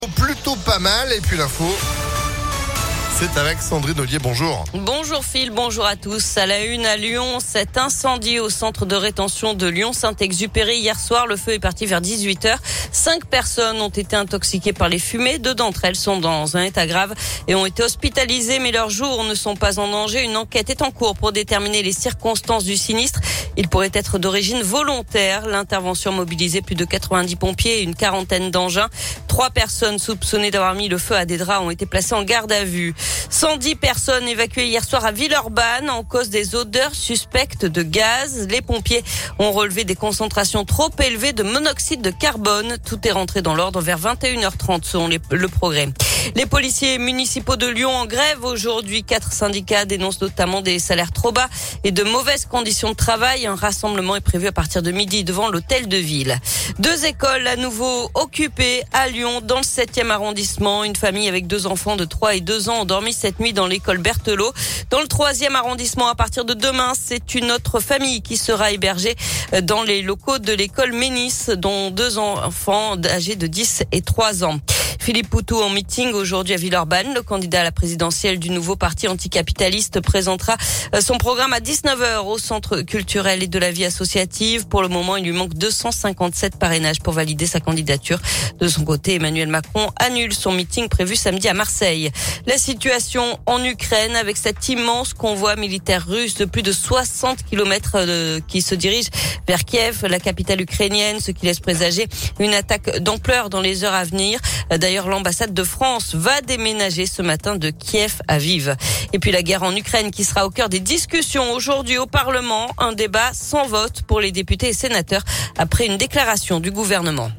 Plutôt pas mal. Et puis l'info, c'est avec Sandrine Ollier. Bonjour. Bonjour Phil, bonjour à tous. À la une à Lyon, cet incendie au centre de rétention de Lyon-Saint-Exupéry. Hier soir, le feu est parti vers 18h. 5 personnes ont été intoxiquées par les fumées. 2 d'entre elles sont dans un état grave et ont été hospitalisées, mais leurs jours ne sont pas en danger. Une enquête est en cours pour déterminer les circonstances du sinistre. Il pourrait être d'origine volontaire. L'intervention mobilisait plus de 90 pompiers et une quarantaine d'engins. 3 personnes soupçonnées d'avoir mis le feu à des draps ont été placées en garde à vue. 110 personnes évacuées hier soir à Villeurbanne en cause des odeurs suspectes de gaz. Les pompiers ont relevé des concentrations trop élevées de monoxyde de carbone. Tout est rentré dans l'ordre vers 21h30 selon le progrès. Les policiers municipaux de Lyon en grève aujourd'hui. 4 syndicats dénoncent notamment des salaires trop bas et de mauvaises conditions de travail. Un rassemblement est prévu à partir de midi devant l'hôtel de ville. 2 écoles à nouveau occupées à Lyon dans le 7e arrondissement. Une famille avec 2 enfants de 3 et 2 ans ont dormi cette nuit dans l'école Berthelot. Dans le 3e arrondissement, à partir de demain, c'est une autre famille qui sera hébergée dans les locaux de l'école Ménis, dont 2 enfants âgés de 10 et 3 ans. Philippe Poutou en meeting aujourd'hui à Villeurbanne. Le candidat à la présidentielle du nouveau parti anticapitaliste présentera son programme à 19h au centre culturel et de la vie associative. Pour le moment, il lui manque 257 parrainages pour valider sa candidature. De son côté, Emmanuel Macron annule son meeting prévu samedi à Marseille. La situation en Ukraine avec cet immense convoi militaire russe de plus de 60 km qui se dirige vers Kiev, la capitale ukrainienne, ce qui laisse présager une attaque d'ampleur dans les heures à venir. D'ailleurs, l'ambassade de France va déménager ce matin de Kiev à Lviv. Et puis la guerre en Ukraine qui sera au cœur des discussions aujourd'hui au Parlement. Un débat sans vote pour les députés et sénateurs après une déclaration du gouvernement.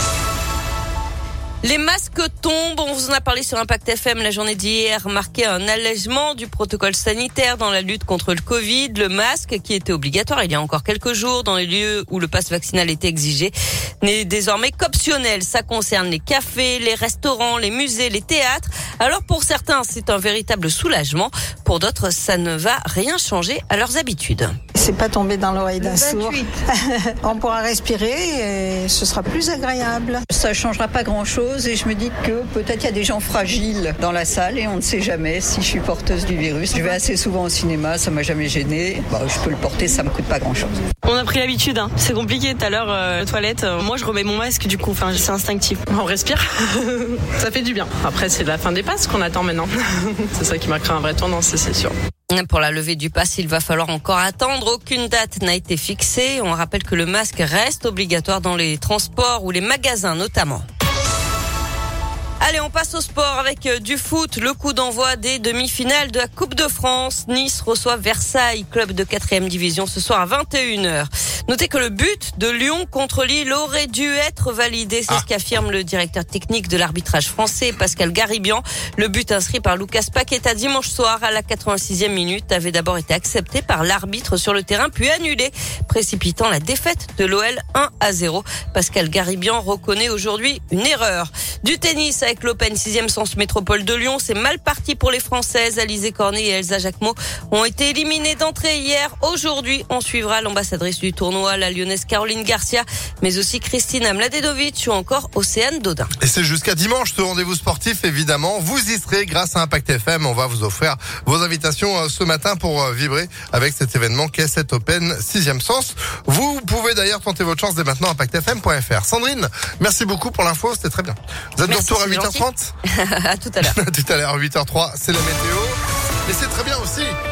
Les masques tombent, on vous en a parlé sur Impact FM. La journée d'hier marquait un allègement du protocole sanitaire dans la lutte contre le Covid. Le masque, qui était obligatoire il y a encore quelques jours dans les lieux où le pass vaccinal était exigé, n'est désormais qu'optionnel. Ça concerne les cafés, les restaurants, les musées, les théâtres. Alors pour certains, c'est un véritable soulagement. Pour d'autres, ça ne va rien changer à leurs habitudes. C'est pas tombé dans l'oreille d'un sourd. On pourra respirer et ce sera plus agréable. Ça changera pas grand-chose et je me dis que peut-être il y a des gens fragiles dans la salle et on ne sait jamais si je suis porteuse du virus. Je vais assez souvent au cinéma, ça m'a jamais gênée. Je peux le porter, ça me coûte pas grand-chose. On a pris l'habitude, hein. C'est compliqué tout à l'heure, toilette. Moi, je remets mon masque du coup, c'est instinctif. On respire, ça fait du bien. Après, c'est la fin des passes qu'on attend maintenant. C'est ça qui marquera un vrai tournant, c'est sûr. Pour la levée du pass, il va falloir encore attendre. Aucune date n'a été fixée. On rappelle que le masque reste obligatoire dans les transports ou les magasins notamment. Allez, on passe au sport avec du foot. Le coup d'envoi des demi-finales de la Coupe de France. Nice reçoit Versailles, club de 4e division, ce soir à 21h. Notez que le but de Lyon contre Lille aurait dû être validé. C'est ce qu'affirme le directeur technique de l'arbitrage français, Pascal Garibian. Le but inscrit par Lucas Paqueta dimanche soir à la 86e minute avait d'abord été accepté par l'arbitre sur le terrain, puis annulé, précipitant la défaite de l'OL 1-0. Pascal Garibian reconnaît aujourd'hui une erreur. Du tennis avec l'Open 6e Sens Métropole de Lyon. C'est mal parti pour les Françaises. Alizé Cornet et Elsa Jacquemot ont été éliminées d'entrée hier. Aujourd'hui, on suivra l'ambassadrice du tournoi, la lyonnaise Caroline Garcia, mais aussi Kristina Mladenovic ou encore Océane Dodin. Et c'est jusqu'à dimanche ce rendez-vous sportif, évidemment. Vous y serez grâce à Impact FM. On va vous offrir vos invitations ce matin pour vibrer avec cet événement qu'est cet Open 6e Sens. Vous pouvez d'ailleurs tenter votre chance dès maintenant à impactfm.fr. Sandrine, merci beaucoup pour l'info, c'était très bien. Vous êtes de retour à 8h30 À tout à l'heure. Tout à l'heure, 8h03, c'est la météo. Et c'est très bien aussi.